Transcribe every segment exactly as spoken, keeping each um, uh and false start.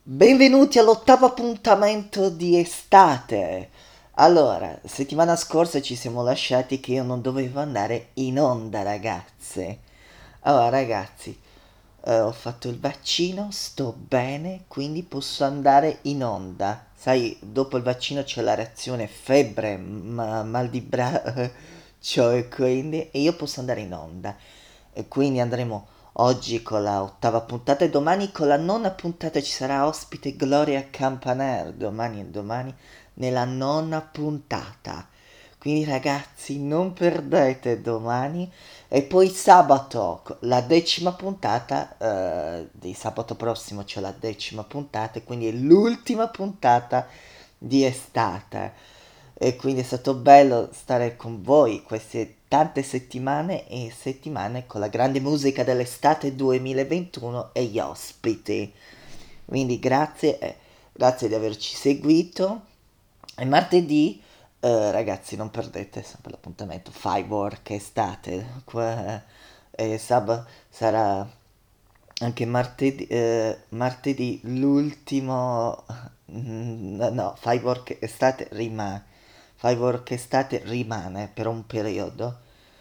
Benvenuti all'ottavo appuntamento di estate. Allora, settimana scorsa ci siamo lasciati che io non dovevo andare in onda, ragazze. Allora, ragazzi, eh, ho fatto il vaccino, sto bene, quindi posso andare in onda. Sai, dopo il vaccino c'è la reazione febbre, ma- mal di braccio, e quindi e io posso andare in onda. E quindi andremo oggi con la ottava puntata e domani con la nona puntata ci sarà ospite Gloria Campaner, domani e domani nella nona puntata. Quindi ragazzi non perdete domani e poi sabato la decima puntata, eh, di sabato prossimo c'è la decima puntata e quindi è l'ultima puntata di estate. E quindi è stato bello stare con voi queste tante settimane e settimane con la grande musica dell'estate duemilaventuno e gli ospiti. Quindi grazie, eh, grazie di averci seguito. E martedì, eh, ragazzi, non perdete sempre l'appuntamento Firework estate. Qua, eh, sab- sarà anche martedì, eh, martedì l'ultimo. mm, No, Firework estate rimane. Firework estate rimane per un periodo.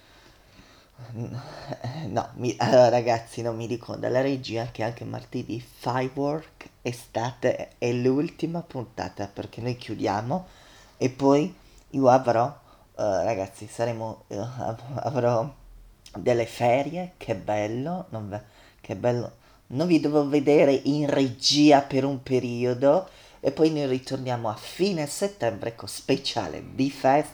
No, mi- allora, ragazzi, non mi dicono dalla regia che anche martedì Firework estate è l'ultima puntata perché noi chiudiamo e poi io avrò, eh, ragazzi, saremo, eh, av- avrò delle ferie, che bello, non ve- che bello, non vi devo vedere in regia per un periodo e poi noi ritorniamo a fine settembre con speciale B-Fest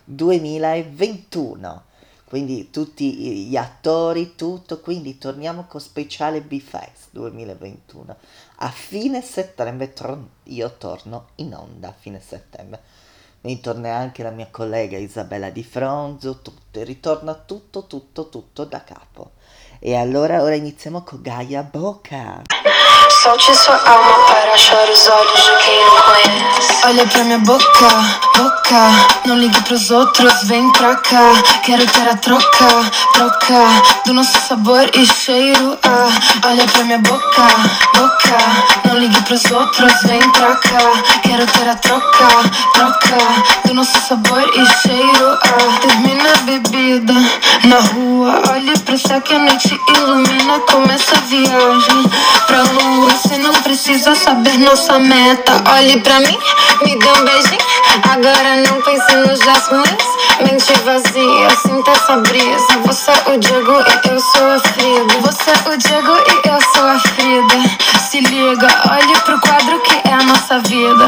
duemilaventuno. Quindi tutti gli attori, tutto, quindi torniamo con speciale B-Fest duemilaventuno. A fine settembre tor- io torno in onda, a fine settembre. Mi torna anche la mia collega Isabella Di Fronzo, tutto, ritorna tutto, tutto, tutto da capo. E allora ora iniziamo con Gaia Bocca. Solte sua alma para achar os olhos de quem não conhece. Olha pra minha boca, boca. Não ligue pros outros, vem pra cá. Quero ter a troca, troca do nosso sabor e cheiro. Ah, olha pra minha boca, boca. Não ligue pros outros, vem pra cá. Quero ter a troca, troca do nosso sabor e cheiro. Ah, termina a bebida na rua. Olhe pro céu que a noite ilumina. Começa a viagem pra lua. Você não precisa saber nossa meta. Olhe pra mim, me dê um beijinho. Agora não pense nos dias ruins. Mente vazia, sinta essa brisa. Você é o Diego e eu sou a Frida. Você é o Diego e eu sou a Frida. Se liga, olhe pro quadro que é a nossa vida.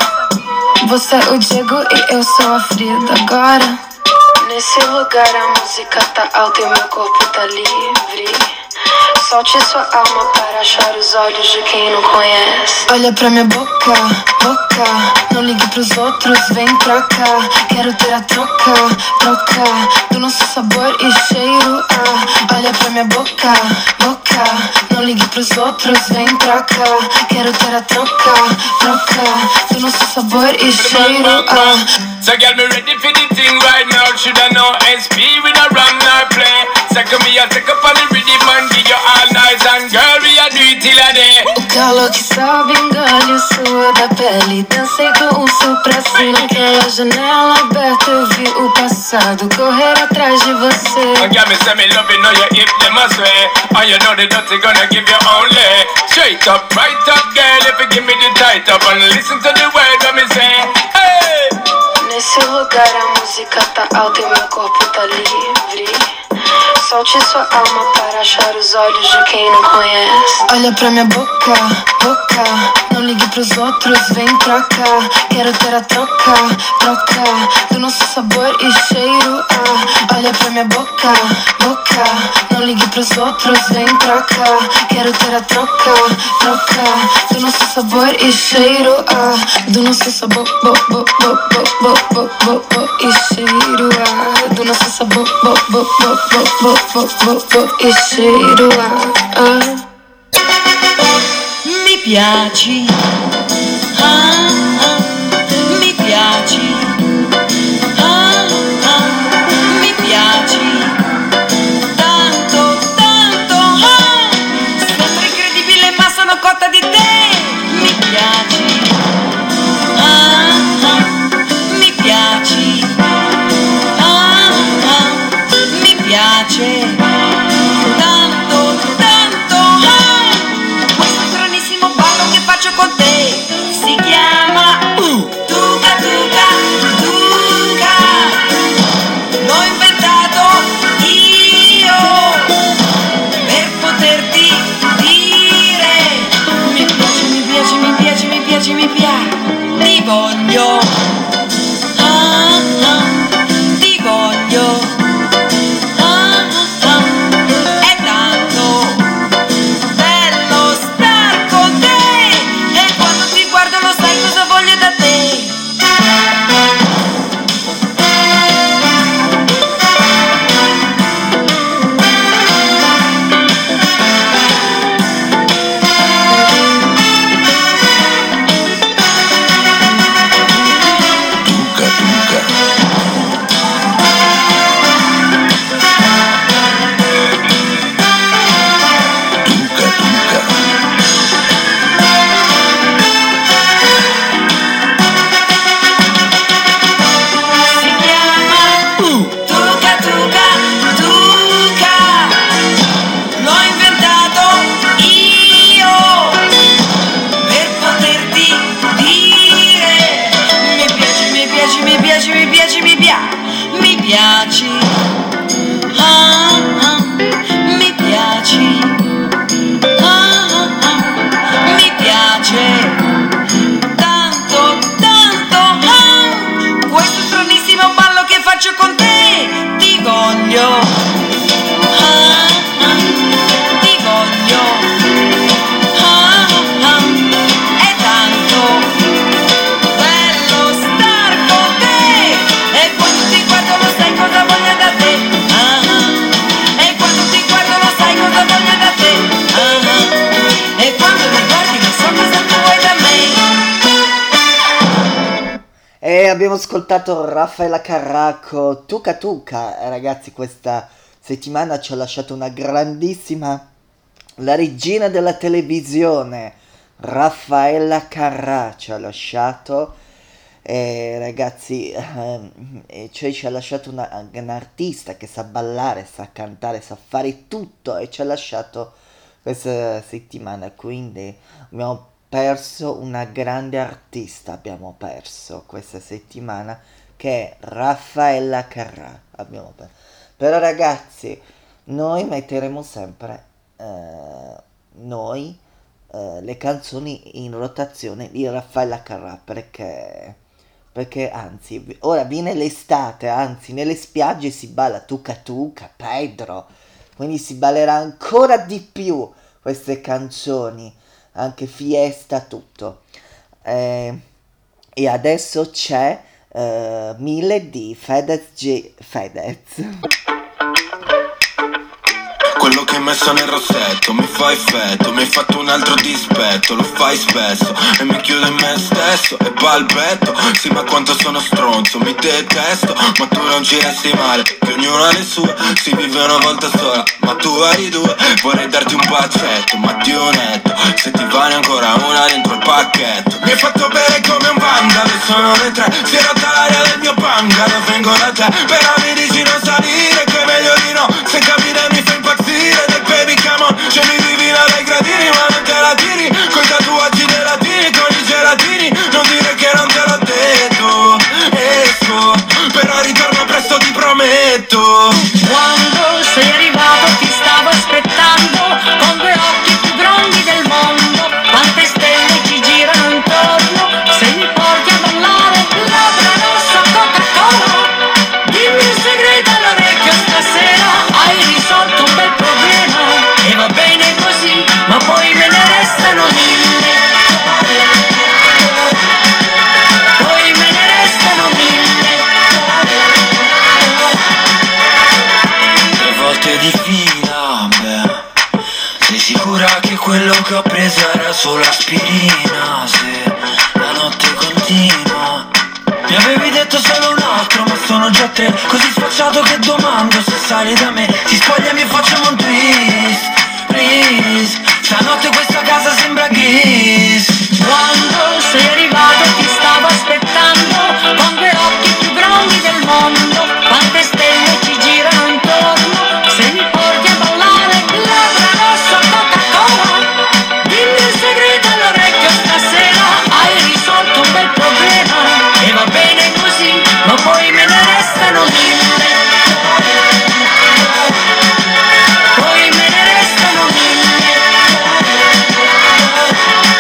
Você é o Diego e eu sou a Frida. Agora nesse lugar a música tá alta e meu corpo tá livre. Solte sua alma para achar os olhos de quem não conhece. Olha pra minha boca, boca. Não ligue pros outros, vem pra cá. Quero ter a troca, troca do nosso sabor e cheiro. Ah, olha pra minha boca, boca. Não ligue pros outros, vem pra cá. Quero ter a troca, troca do nosso sabor e cheiro. Ah. So girl, me ready for the thing right now. Should I know S P with a rum nor play? Second me a take up on the rhythm and give you all night. And girl, we a do it till a day. O calor que sobe, engole o suor da pele. Dancei com o sol pra cima. Naquela janela aberta eu vi o passado correr atrás de você. And girl, me say me love you, know you hip them a sway. And you know the dirty gonna give you only. Straight up, right up, girl, if you give me the tight up. And listen to the word that me say. Hey! Nesse lugar a música tá alta e meu corpo tá livre. Solte sua alma para achar os olhos de quem não conhece. Olha pra minha boca, boca. Não ligue pros outros, vem pra cá. Quero ter a troca, troca do nosso sabor e cheiro. Ah, olha pra minha boca, boca. Não ligue pros outros, vem pra cá. Quero ter a troca, troca do nosso sabor e cheiro. Ah, do nosso sabor, bo, bo, bo, bo, bo, bo, bo, bo, e cheiro. Ah, do nosso sabor, bo, bo, bo, bo, bo, bo, bo, bo, e cheiro. Ah, ah. Mi piaci, ah, ah, mi piaci, ah, ah, mi piaci, tanto, tanto, ah, sembra incredibile ma sono cotta di te, mi voglio, ah, ah, ti voglio, ah, ah, è tanto bello star con te, e quando ti guardo lo sai cosa voglio da te. E abbiamo ascoltato Raffaella Carrà, Tuca Tuca. Eh, ragazzi, questa settimana ci ha lasciato una grandissima, la regina della televisione, Raffaella Carrà ci ha lasciato. E ragazzi, eh, cioè ci ha lasciato una, un'artista che sa ballare, sa cantare, sa fare tutto, e ci ha lasciato questa settimana, quindi abbiamo perso una grande artista, abbiamo perso questa settimana, che è Raffaella Carrà. Abbiamo perso. Però ragazzi, noi metteremo sempre eh, noi eh, le canzoni in rotazione di Raffaella Carrà, perché perché anzi ora viene l'estate, anzi nelle spiagge si balla Tuca Tuca, Pedro, quindi si ballerà ancora di più queste canzoni, anche fiesta, tutto. Eh, e adesso c'è eh, Mille di Fedez G. Fedez. Quello che hai messo nel rossetto mi fa effetto, mi hai fatto un altro dispetto, lo fai spesso e mi chiudo in me stesso e balbetto. Sì, ma quanto sono stronzo, mi detesto, ma tu non ci resti male, che ognuno ha le sue, si vive una volta sola, ma tu hai due. Vorrei darti un bacetto, ma ti netto, se ti va ne ancora una dentro il pacchetto. Mi hai fatto bere come un vandalo, sono le tre, si è rotta l'aria del mio bungalow, vengo da te, però mi dici non salire, che è meglio di no, se capire mi fa impazzire. Del baby come on, scendi divina dai gradini, ma non te la tiri, coi tatuaggi dei latini, con i gelatini, non dire che non te l'ho detto, esco, però ritorno presto ti prometto. Quando sei arrivato ti stavo aspettando, con due occhi più grandi del mondo, quante stelle ci girano intorno, se mi porti a ballare, labbra rossa Coca-Cola, dimmi un segreto all'orecchio stasera, hai risolto un bel problema, e va bene così, ma poi me ne restano mille, poi me ne restano mille. Tre volte di fila, beh, sei sicura che quello che ho preso era solo aspirina? Se la notte continua, mi avevi detto solo un altro, ma sono già tre, così sfacciato che domando se sali da me, ti spogliami e facciamo un twist, please, stanotte questa casa sembra gris. Quando sei arrivato ti stavo aspettando, con due occhi più grandi del mondo, quante stelle ci girano intorno, se mi porti a ballare, labbra rossa Coca-Cola, dimmi un segreto all'orecchio stasera, hai risolto un bel problema, e va bene così, ma poi me ne restano mille, poi me ne restano mille.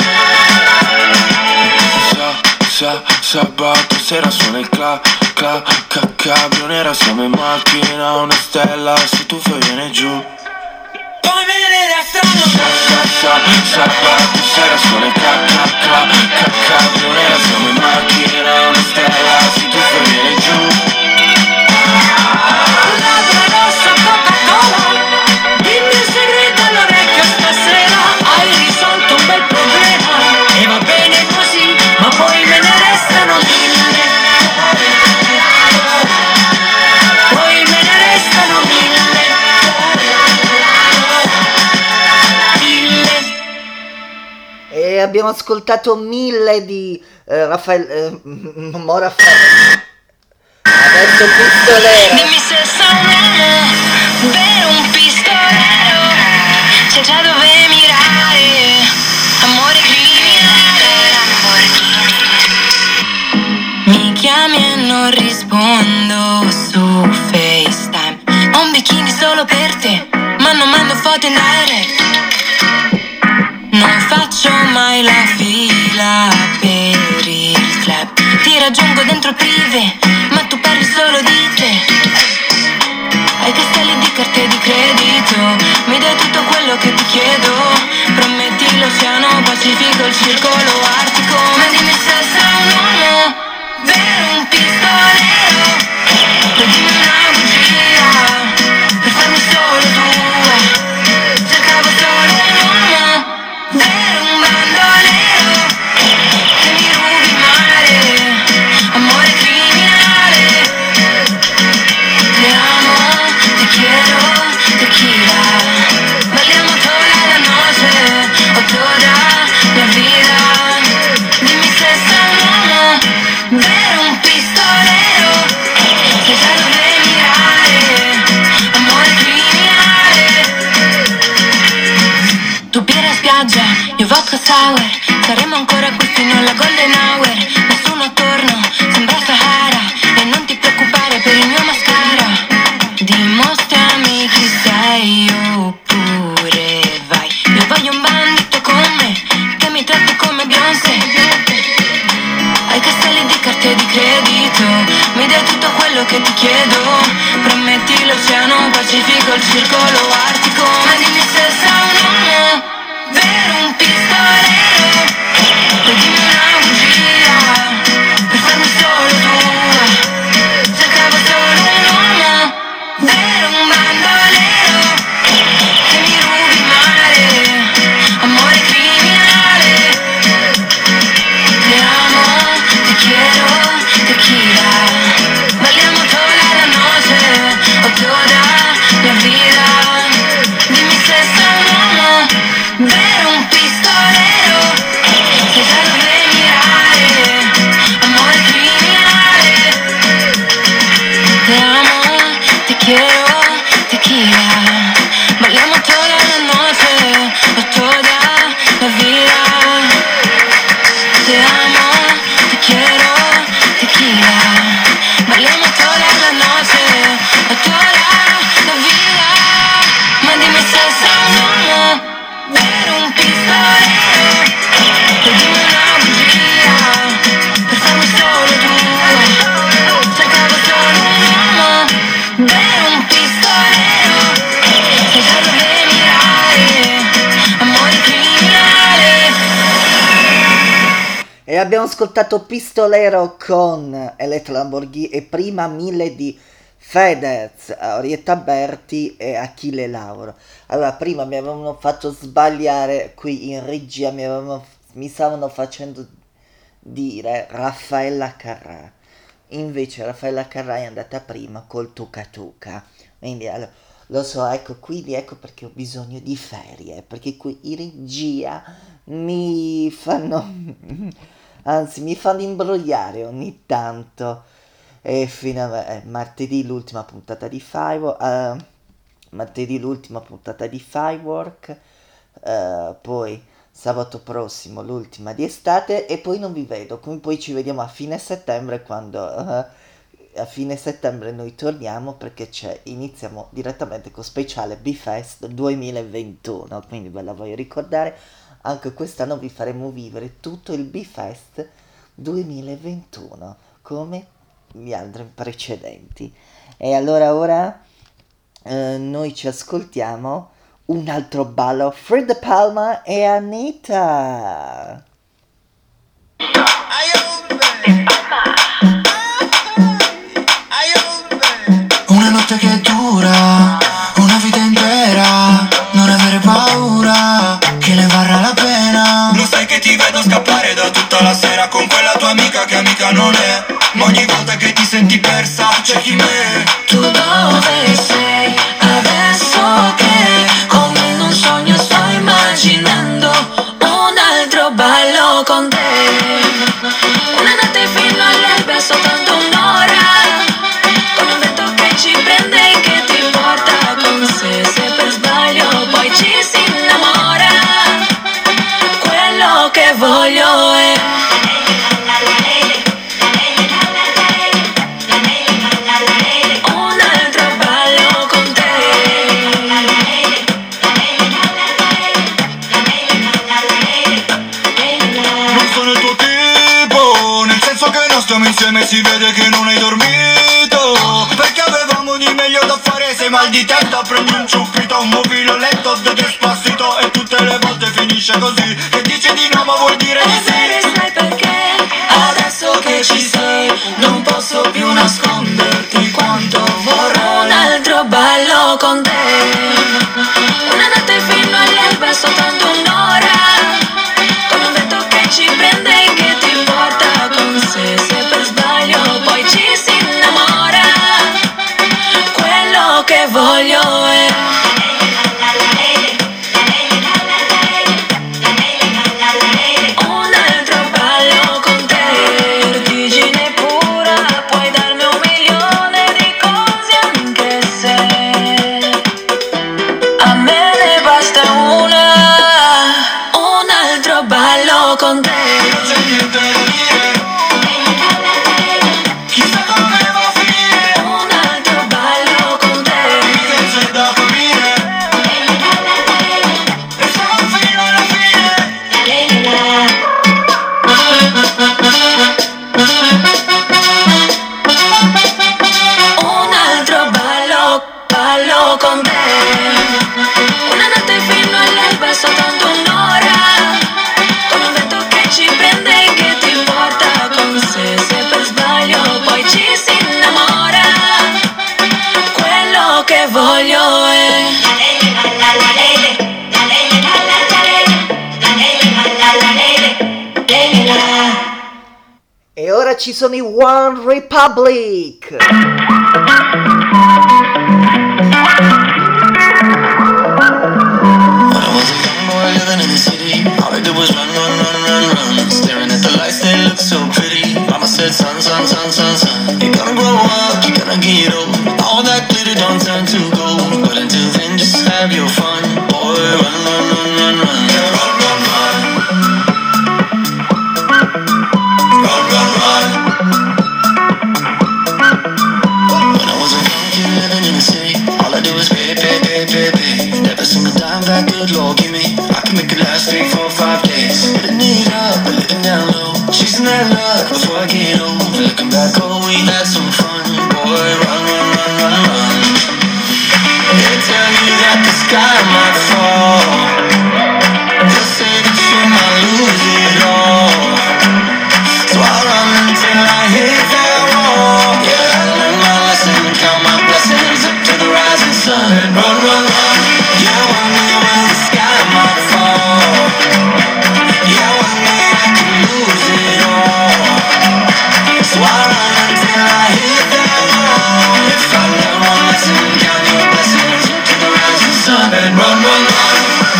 sabato sera suona il cla, cla, cabrio nera, siamo in macchina, una stella, se tu fai viene giù. Poi me ne restano sa, sa, sa, sabato sera suona il cla, cla, cla, cabrio nera, siamo in macchina, una stella, se tu fai viene giù. Labbra rossa, Coca-Cola, dimmi un segreto all'orecchio stasera. Hai risolto un bel problema e va bene così, ma poi me ne restano mille. Poi me ne restano mille. Mille. E abbiamo ascoltato Mille di eh, Raffaele eh, Mo Raffaele. Adesso pistolero. Dimmi se sono un uomo, vero un pistolero, c'è già dove mirare, amore criminale, amore criminale. Mi chiami e non rispondo su FaceTime, ho un bikini solo per te, ma non mando foto in direct. Non faccio mai la fila per il club, ti raggiungo dentro prive, ma tu parli solo di te. Hai castelli di carte di credito, mi dai tutto quello che ti chiedo. Prometti l'oceano Pacifico, il circolo artico. Ma dimmi se sei un uomo, vero un pistolero, o dimmi una bugia, per farmi solo tua. Cercavo solo un uomo, vero un bandolero, che mi rubi male, amore criminale. Te amo, te quiero, tequila, balliamo toda la noche, o toda la vida. Dimmi se sei un uomo, vero un pistolero, se sai dove mirare, amore criminale. Tu birra in spiaggia, io vodka sour, saremo ancora qui fino alla golden hour. Nessuno attorno, sembra Sahara, e non ti preoccupare per il mio mascara. Dimostrami chi sei oppure vai. Io voglio un bandito con me, che mi tratti come Beyoncé. Hai castelli di carte di credito, mi dai tutto quello che ti chiedo. Prometti l'oceano Pacifico, il circolo artico. Ma dimmi se sei un uomo, vero un pistolero, o dimmi una bugia, per farmi solo tua. Cercavo solo un uomo, vero un bandolero, che mi rubi male, amore criminale. Te amo, te quiero, tequila, balliamo toda la noche, o toda la vida. Dimmi se sei un uomo, vero un pistolero, se sai dove mirare, amore criminale. Te amo, te quiero, tequila, balliamo toda la noche, o toda la vida. Te amo, te quiero, tequila, balliamo toda la noche, o toda la vida. Ma dimmi se sei un uomo, vero un pistolero, o dimmi una bugia, per farmi solo tua. Cercavo solo un uomo, vero un pistolero, se sai dove mirare, amore criminale. E abbiamo ascoltato Pistolero con Elettra Lamborghini e prima Mille di Fedez, Orietta Berti e Achille Lauro. Allora, prima mi avevano fatto sbagliare qui in regia, mi, avevano, mi stavano facendo dire Raffaella Carrà. Invece Raffaella Carrà è andata prima col Tuca Tuca. Quindi allora, lo so, ecco, quindi ecco perché ho bisogno di ferie, perché qui in regia mi fanno, anzi mi fanno imbrogliare ogni tanto. E fino a eh, martedì l'ultima puntata di Five, eh, martedì l'ultima puntata di Firework, eh, poi sabato prossimo l'ultima di estate e poi non vi vedo, quindi poi ci vediamo a fine settembre quando eh, a fine settembre noi torniamo perché c'è, iniziamo direttamente con speciale B-Fest duemilaventuno, quindi ve la voglio ricordare, anche quest'anno vi faremo vivere tutto il B-Fest duemilaventuno, come gli altri precedenti. E allora ora eh, noi ci ascoltiamo un altro ballo, Fred Palma e Anita. Una notte che dura, una vita intera, non avere paura, che ne varrà la pena. Lo sai che ti vedo scappare da tutta la sera con quella tua amica che amica non è. Ma ogni volta che ti senti persa cerchi me. Tu dove sei adesso che come in un sogno sto immaginando un altro ballo con te. Una notte fino all'alba è soltanto un'ora, con un vento che ci prende e che ti porta con sé. Se per sbaglio poi ci si innamora, quello che voglio è un altro ballo con te. Non sono il tuo tipo, nel senso che non stiamo insieme, si vede che non hai dormito. Perché avevamo di meglio da fare, sei mal di testa, prendi un ciuffito, un mobile letto, de Despacito. E tutte le volte finisce così, che dici di no ma vuol dire di sì. E sai perché? Adesso che ci sei non posso più nasconderti quanto vorrò un altro ballo con te. Una notte fino all'alba è soltanto un'ora, con un vento che ci prende e che ti porta con sé. Se per sbaglio poi ci si innamora, quello che voglio è un altro ballo con te. Vertigine pura, puoi darmi un milione di cose anche se a me ne basta una. Un altro ballo con te. Non c'è niente da dire, chissà come va a finire. Un altro ballo con te. Che c'è da capire, e siamo fino alla fine. Un altro ballo, ballo con te. Una notte fino all'alba è soltanto un'ora, con un vento che ci prende e che ti porta con sé. Se per sbaglio poi ci si innamora, quello che voglio è E ora ci sono i One Republic. When I was a young boy living in the city, all I did was run, run, run, run, run. Staring at the lights, they look so pretty. Mama said, son, son, son, son, son, you're gonna grow up, you're gonna get old. All that glitter don't turn to gold. But until then, just have your fun. Boy, run, run, run, run, run. Yeah, run, run, run. Run, run, run. When I was a young kid living in the city, all I did was pay, pay, pay, pay, pay. Every single dime that good Lord give me, I can make it last three, four, five days. Living it up, but living down low, chasing that luck before I get old. Looking back, oh, we had some fun. Boy, run, run, run, run, run. They tell you that the sky might fall, they'll say that you might lose it all. So I run until I hit that wall. Yeah, I learned my lesson, count my blessings up to the rising sun. Run, run, run. Yeah, one day when the sky might fall, yeah, one day I could lose it all. So I run until I hit that wall. If I learn one lesson, count your blessings up to the rising sun. And run, run, run.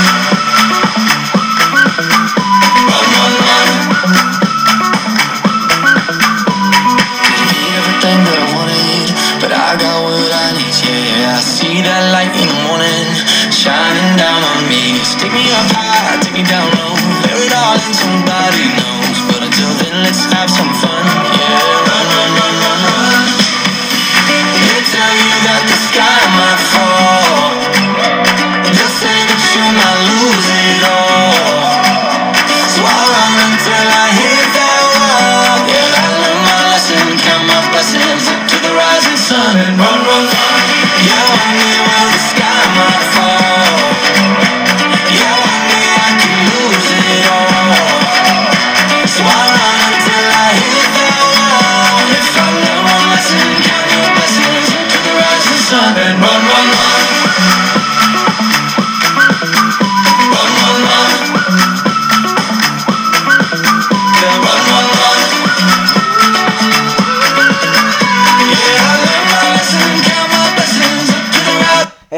Run, run, run. Didn't get everything that I wanted, but I got what I need, yeah. I see that light in the morning, shining down on me. Take me up high, take me down low, bear it all in somebody knows. But until then, let's have some fun, yeah. Run, run, run, run, run. They tell you that the sky might fall, they'll say that you might lose it all. So I run until I hit that wall.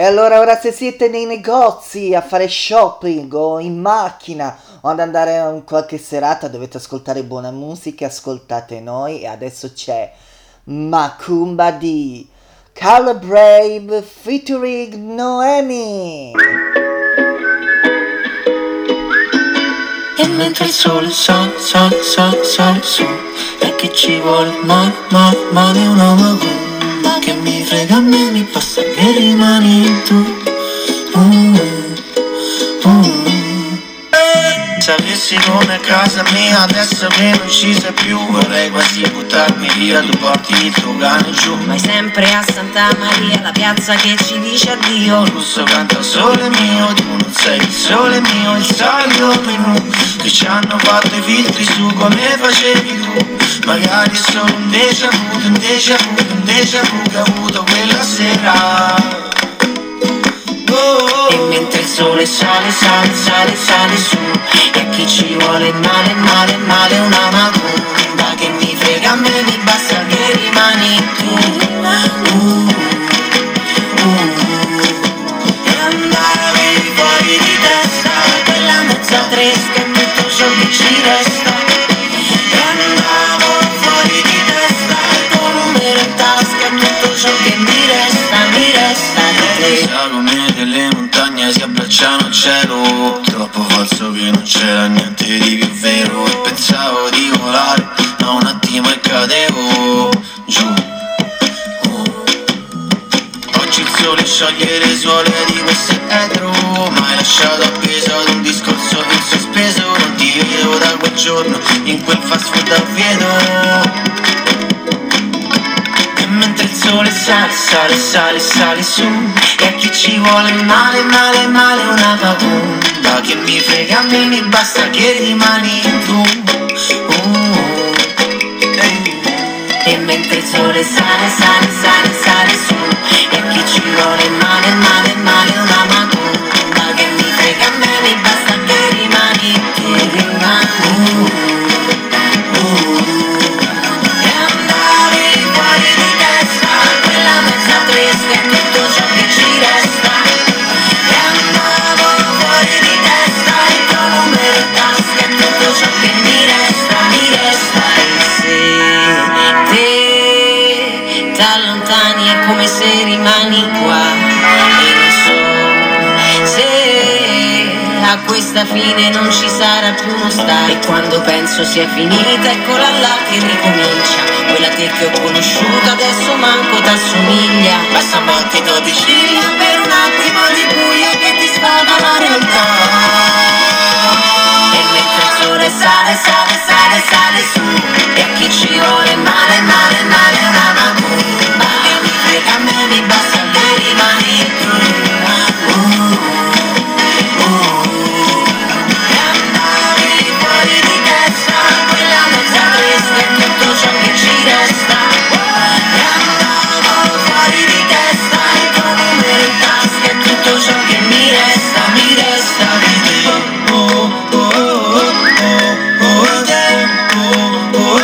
E allora ora se siete nei negozi a fare shopping o in macchina o ad andare a un qualche serata dovete ascoltare buona musica, ascoltate noi e adesso c'è Macumba di Carla Brave featuring Noemi. E mentre il sole sale, sale, sale, sale su, e che ci vuole male, male, male una macumba, che mi frega a me, mi basta che rimani tu. uh, uh. Se avessi come casa mia adesso che non ci sei più, vorrei quasi buttarmi via, tu porti il tuo cane giù. Vai sempre a Santa Maria, la piazza che ci dice addio. Il russo canta sole mio, tu non sei il sole mio, il solito menù che ci hanno fatto i filtri su come facevi tu. Magari è solo un déjà vu, un déjà vu, un déjà vu che ho avuto quella sera. E mentre il sole sale, sale, sale, sale su, e a chi ci vuole male, male, male una macumba, che mi frega a me, mi basta che rimani tu. uh, uh. E andare fuori di testa, quella mezza tresca e tutto ciò che ci resta. E andavo fuori di testa, il tuo numero in tasca e tutto ciò che mi resta, mi resta di te. Sagome delle montagne si abbracciano al cielo, troppo falso che non c'era niente di più vero. E pensavo di volare, ma un attimo e cadevo giù. uh. Oggi il sole scioglie le suole di questo etero, ma hai lasciato appeso ad un discorso in sospeso. Non ti vedo da quel giorno in quel fast food a Oviedo. E mentre il sole sale, sale, sale, sale su, e a chi ci vuole male, male, male una macumba, che mi frega a me, mi basta che rimani tu. uh, hey. E mentre il sole sale, sale, sale, sale su, e a chi ci vuole male, male, male una macumba, che mi frega a me, mi basta che rimani tu, rimani. uh, uh. E andare fuori di testa, quella mezza tresca e tutto ciò che ci resta. E andavo fuori di testa, il tuo numero in tasca e tutto ciò che mi resta, mi resta. E se te t'allontani è come se rimani qua, e non so se a questa fine non ci sarà più uno stare. E quando penso sia finita, eccola là che ricomincia, quella te che ho conosciuto adesso manco t'assomiglia. Bastano anche dodici linee per un attimo di buio che ti sfaga la realtà. E mentre il sole sale, sale, sale, sale su, e a chi ci vuole male, male, male una macumba, che mi frega a me, mi basta che rimani tu. uh, uh. E andavi fuori di testa, quella mezza tresca e tutto ciò che ci resta. E andavo fuori di testa, il tuo numero in tasca e tutto ciò che mi resta, mi resta di te. Oh, oh, oh, oh, oh, te. Oh, oh,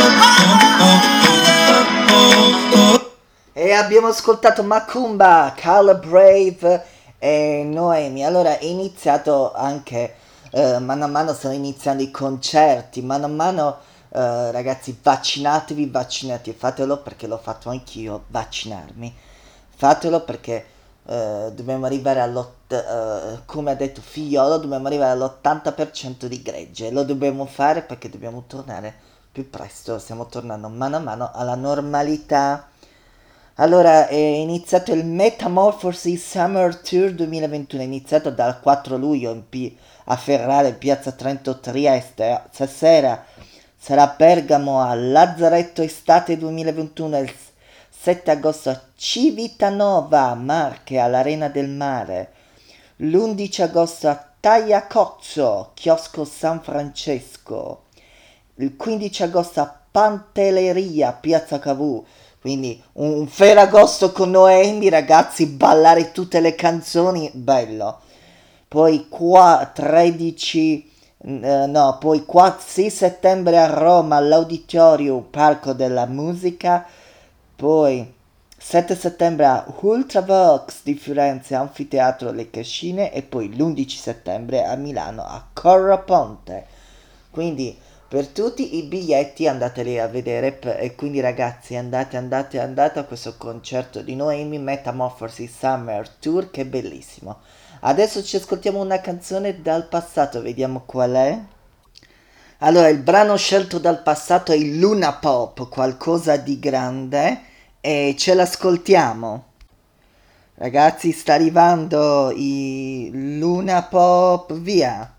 oh, oh, oh. E abbiamo ascoltato Macumba, Carla Brave e Noemi. Allora è iniziato anche, eh, mano a mano stanno iniziando i concerti, mano a mano eh, ragazzi vaccinatevi, vaccinati, fatelo perché l'ho fatto anch'io, vaccinarmi, fatelo perché eh, dobbiamo arrivare all'ott- eh, come ha detto Figliolo, dobbiamo arrivare all'ottanta per cento di gregge, lo dobbiamo fare perché dobbiamo tornare più presto, stiamo tornando mano a mano alla normalità. Allora, è iniziato il Metamorphosis Summer Tour duemilaventuno, è iniziato dal quattro luglio in P- a Ferrara, in piazza Trento Trieste. Stasera sarà a Bergamo a Lazzaretto Estate duemilaventuno, il sette agosto a Civitanova, Marche, all'Arena del Mare. L'undici agosto a Tagliacozzo, Chiosco San Francesco. Il quindici agosto a Pantelleria, piazza Cavour. Quindi un Ferragosto con Noemi, ragazzi, ballare tutte le canzoni, bello. Poi qua tredici, eh, no, poi qua sei settembre a Roma all'Auditorium Parco della Musica. Poi sette settembre a Ultravox di Firenze, Anfiteatro Le Cascine, e poi l'undici settembre a Milano a Corro Ponte. Quindi per tutti i biglietti andateli a vedere p- e quindi ragazzi andate andate andate a questo concerto di Noemi, Metamorphosis Summer Tour, che è bellissimo. Adesso ci ascoltiamo una canzone dal passato, vediamo qual è. Allora, il brano scelto dal passato è il Luna Pop, qualcosa di grande, e ce l'ascoltiamo. Ragazzi, sta arrivando i Luna Pop, via.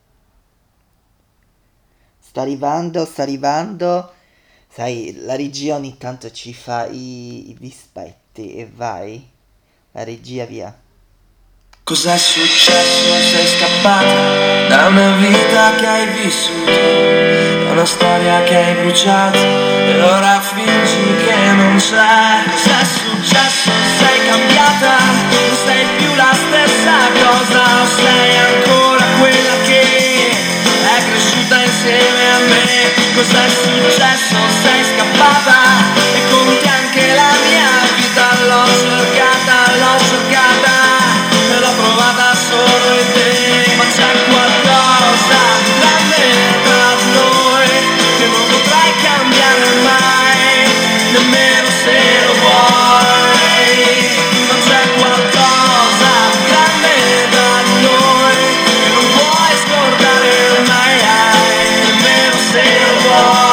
Sta arrivando, sta arrivando. Sai, la regia ogni tanto ci fa i, i dispetti e vai. La regia, via. Cos'è successo? Sei scappata da una vita che hai vissuto, da una storia che hai bruciato e ora fingi che non c'è. Cos'è successo? Sei cambiata, non sei più la stessa cosa, o sei ancora quella che è cresciuta insieme a me. Cos'è successo? Sei scappata e con te anche la mia vita. L'ho cercata, l'ho cercata, l'ho provata solo in te, ma c'è qualcosa di grande tra noi che non potrai cambiare mai, nemmeno se lo vuoi. Ma c'è qualcosa di grande tra noi che non puoi scordare mai, nemmeno se lo vuoi.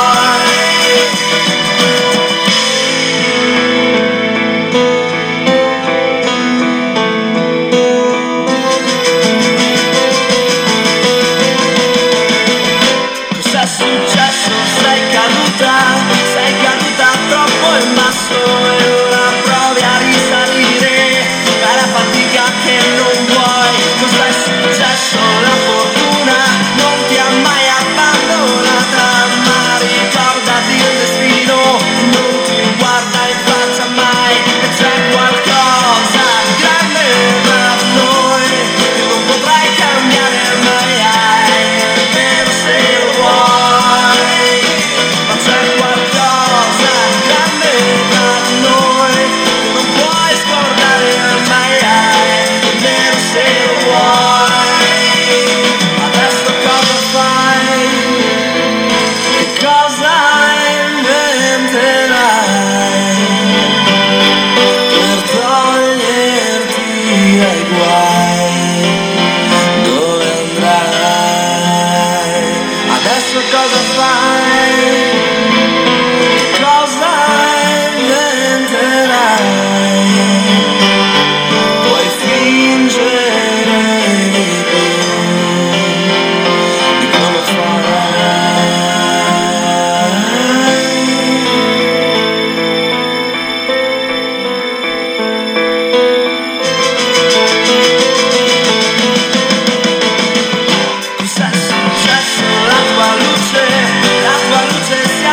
Cos'è successo? La tua luce, la tua luce si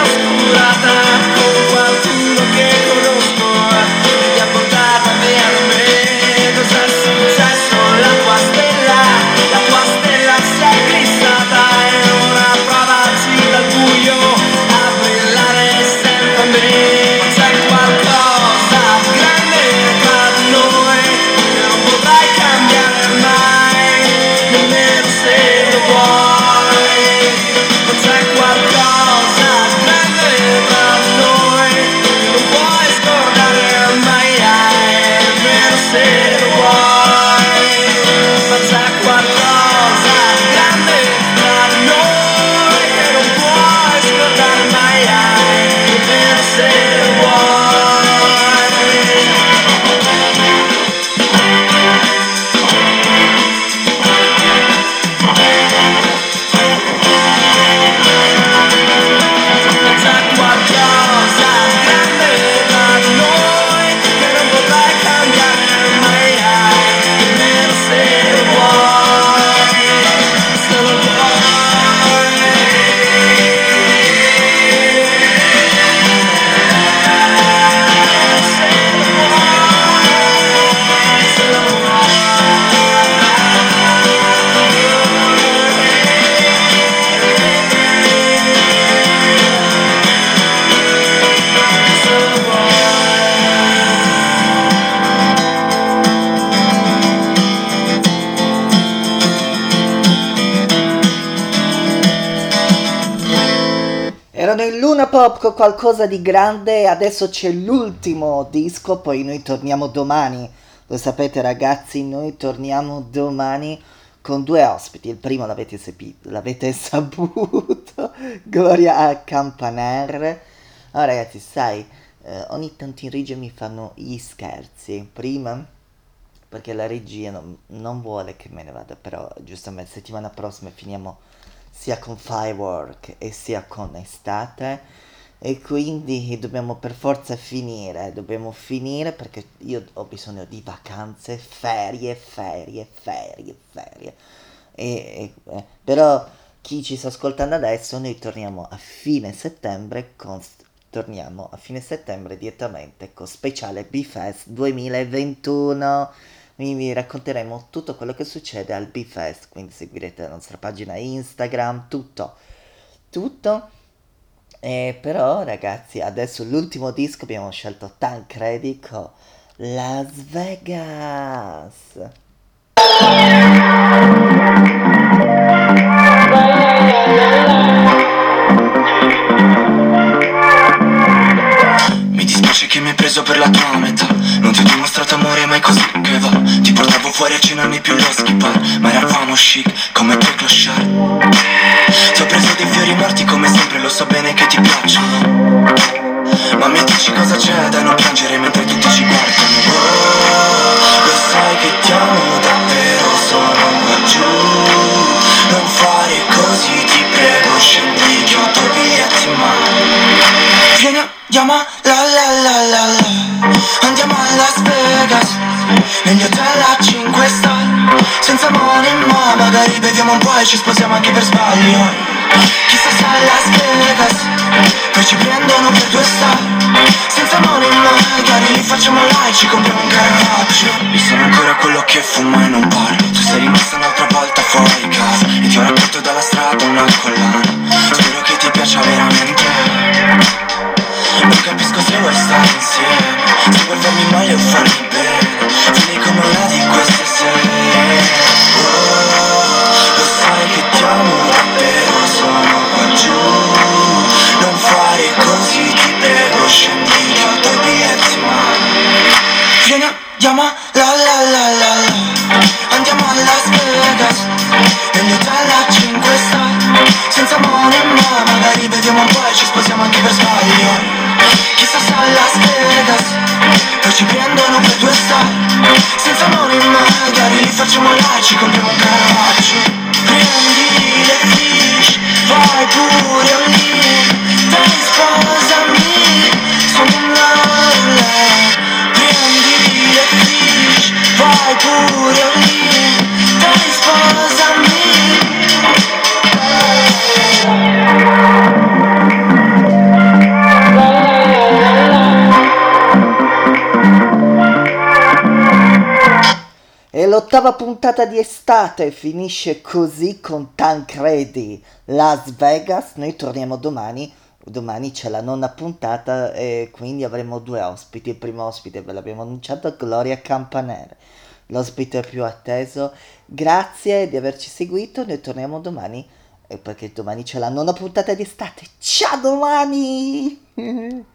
Erano in Luna Pop con qualcosa di grande, adesso c'è l'ultimo disco, poi noi torniamo domani. Lo sapete ragazzi, noi torniamo domani con due ospiti. Il primo l'avete, sepi- l'avete saputo, Gloria a Campaner. Oh ragazzi, sai, eh, ogni tanto in regia mi fanno gli scherzi. Prima, perché la regia non, non vuole che me ne vada, però giustamente settimana prossima finiamo sia con Firework e sia con Estate e quindi dobbiamo per forza finire, dobbiamo finire perché io ho bisogno di vacanze, ferie, ferie, ferie, ferie. E, e- eh, però chi ci sta ascoltando adesso, noi torniamo a fine settembre con torniamo a fine settembre direttamente con speciale B-Fest duemilaventuno. Vi vi racconteremo tutto quello che succede al B-Fest, quindi seguirete la nostra pagina Instagram, tutto, tutto. E però ragazzi, adesso l'ultimo disco abbiamo scelto Tancredi con Las Vegas. Mi dispiace che mi hai preso per la tua metà. Non ti ho dimostrato amore mai così che va. Ti portavo fuori a cenarmi più lo skipar, ma eravamo chic come tre clochard. Ti ho preso dei fiori morti come sempre, lo so bene che ti piacciono. Ma mi dici cosa c'è da non piangere mentre tutti ci guardano. Oh, lo sai che ti amo davvero, sono qua giù. Non fare così, ti prego, scendi che ho due biglietti in mano. Vieni, andiamo a la la la la la. Andiamo a Las Vegas, negli hotel a cinque star. Senza money ma magari beviamo un po' e ci sposiamo anche per sbaglio. Chissà se a Las Vegas poi ci prendono per due star. Senza money magari li facciamo là e ci compriamo un Caravaggio. Io sono ancora quello che fuma e non parlo. Tu sei rimasta un'altra volta fuori casa e ti ho raccolto dalla strada una collana. Spero che ti piaccia veramente. Non capisco se vuoi stare insieme, se vuoi farmi male o farmi bene. Vieni come una di queste sere. Oh, lo sai che ti amo davvero, sono qua giù. Non fare così, ti prego, scendi che ho due biglietti in mano. Vieni, andiamo a la la la la la. Andiamo a Las Vegas, negli hotel a cinque star. Senza money ma magari beviamo un po' e ci sposiamo anche per sbaglio. Chissà se a Las Vegas poi ci prendono per due star. Senza money magari li facciamo là e ci compriamo un Caravaggio. Prendi le fish, vai pure lì. Dai sposami, sono una roulette. Prendi le fish, vai pure lì. Dai sposami. E l'ottava puntata di Estate finisce così con Tancredi, Las Vegas. Noi torniamo domani, domani c'è la nona puntata e quindi avremo due ospiti. Il primo ospite ve l'abbiamo annunciato, Gloria Campanere, l'ospite più atteso. Grazie di averci seguito, noi torniamo domani eh, perché domani c'è la nona puntata di Estate. Ciao domani!